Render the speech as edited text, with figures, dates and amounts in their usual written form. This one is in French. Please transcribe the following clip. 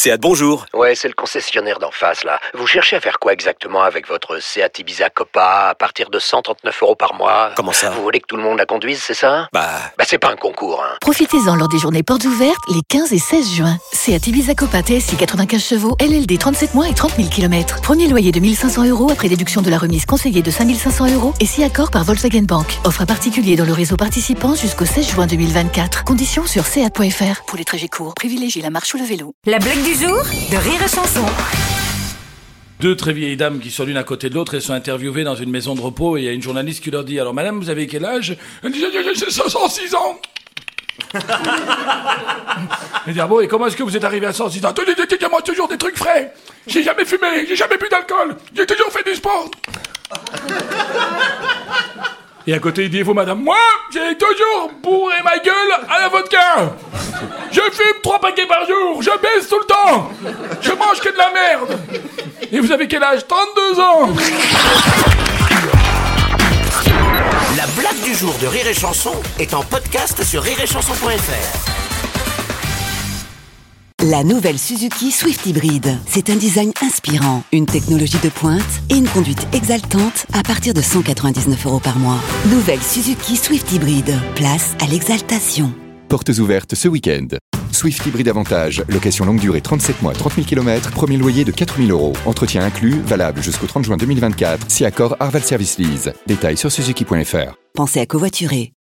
Seat, bonjour. Ouais, c'est le concessionnaire d'en face, là. Vous cherchez à faire quoi exactement avec votre Seat Ibiza Copa à partir de 139 € par mois? Comment ça? Vous voulez que tout le monde la conduise, c'est ça? Bah, c'est pas un concours, hein. Profitez-en lors des journées portes ouvertes les 15 et 16 juin. Seat Ibiza Copa TSI 95 chevaux, LLD 37 mois et 30 000 km. Premier loyer de 1 500 € après déduction de la remise conseillée de 5 500 € et si accord par Volkswagen Bank. Offre à particulier dans le réseau participant jusqu'au 16 juin 2024. Conditions sur seat.fr. Pour les trajets courts, privilégiez la marche ou le vélo. La blague du jour de Rire et Chanson. Deux très vieilles dames qui sont l'une à côté de l'autre, elles sont interviewées dans une maison de repos et il y a une journaliste qui leur dit « Alors madame, vous avez quel âge ?» Elle dit « J'ai 106 ans !» Elle dit « Ah bon, et comment est-ce que vous êtes arrivé à 106 ans ?»« Je mange toujours des trucs frais. J'ai jamais fumé, j'ai jamais bu d'alcool. J'ai toujours fait du sport. » Et à côté, il dit « Et vous madame ?»« Moi, j'ai toujours bourré ma gueule à la vodka. Je fume 3 paquets par jour, je baisse tout le temps. Je mange que de la merde. Et vous avez quel âge ? 32 ans. » La blague du jour de Rire et Chanson est en podcast sur rireetchanson.fr. La nouvelle Suzuki Swift Hybrid. C'est un design inspirant, une technologie de pointe et une conduite exaltante à partir de 199 € par mois. Nouvelle Suzuki Swift Hybrid. Place à l'exaltation. Portes ouvertes ce week-end. Swift Hybrid Avantage, location longue durée 37 mois, 30 000 km, premier loyer de 4 000 €. Entretien inclus, valable jusqu'au 30 juin 2024, si accord Arval Service Lease. Détails sur suzuki.fr. Pensez à covoiturer.